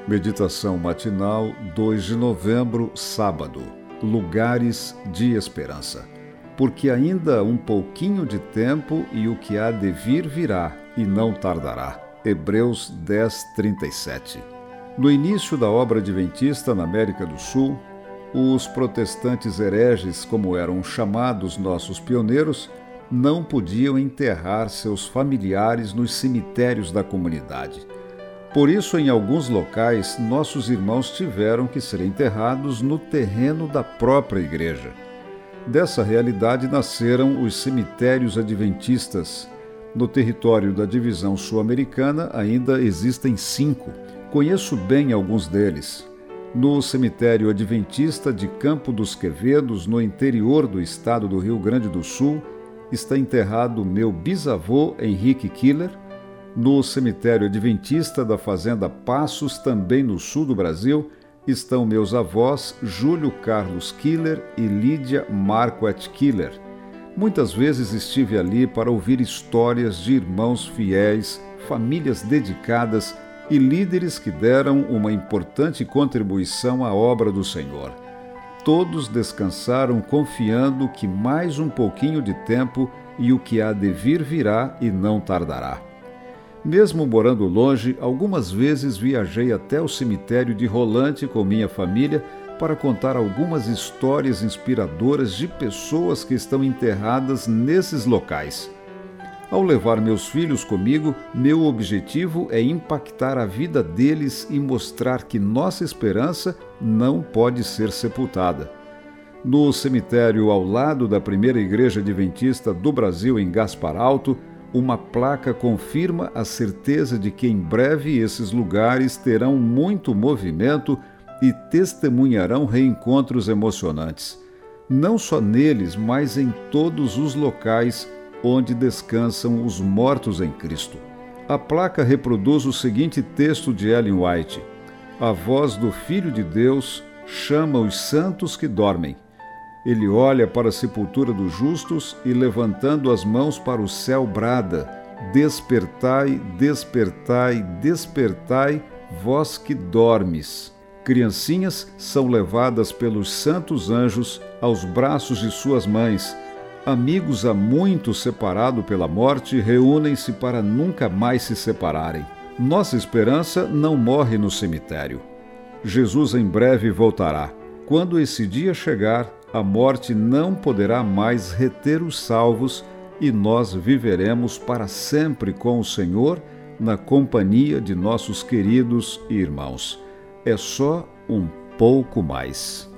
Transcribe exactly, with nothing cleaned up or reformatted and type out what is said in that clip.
Meditação matinal, dois de novembro, sábado. Lugares de esperança. Porque ainda um pouquinho de tempo e o que há de vir virá, e não tardará. Hebreus dez, trinta e sete. No início da obra adventista na América do Sul, os protestantes hereges, como eram chamados nossos pioneiros, não podiam enterrar seus familiares nos cemitérios da comunidade. Por isso, em alguns locais, nossos irmãos tiveram que ser enterrados no terreno da própria igreja. Dessa realidade nasceram os cemitérios adventistas. No território da divisão sul-americana ainda existem cinco. Conheço bem alguns deles. No cemitério adventista de Campo dos Quevedos, no interior do estado do Rio Grande do Sul, está enterrado meu bisavô Henrique Killer. No cemitério adventista da Fazenda Passos, também no sul do Brasil, estão meus avós Júlio Carlos Killer e Lídia Marquette Killer. Muitas vezes estive ali para ouvir histórias de irmãos fiéis, famílias dedicadas e líderes que deram uma importante contribuição à obra do Senhor. Todos descansaram confiando que mais um pouquinho de tempo e o que há de vir virá e não tardará. Mesmo morando longe, algumas vezes viajei até o cemitério de Rolante com minha família para contar algumas histórias inspiradoras de pessoas que estão enterradas nesses locais. Ao levar meus filhos comigo, meu objetivo é impactar a vida deles e mostrar que nossa esperança não pode ser sepultada. No cemitério ao lado da primeira igreja adventista do Brasil, em Gaspar Alto, uma placa confirma a certeza de que em breve esses lugares terão muito movimento e testemunharão reencontros emocionantes. Não só neles, mas em todos os locais onde descansam os mortos em Cristo. A placa reproduz o seguinte texto de Ellen White: A voz do Filho de Deus chama os santos que dormem. Ele olha para a sepultura dos justos e, levantando as mãos para o céu, brada: Despertai, despertai, despertai, vós que dormes. Criancinhas são levadas pelos santos anjos aos braços de suas mães. Amigos há muito separados pela morte reúnem-se para nunca mais se separarem. Nossa esperança não morre no cemitério. Jesus em breve voltará. Quando esse dia chegar, a morte não poderá mais reter os salvos e nós viveremos para sempre com o Senhor na companhia de nossos queridos irmãos. É só um pouco mais.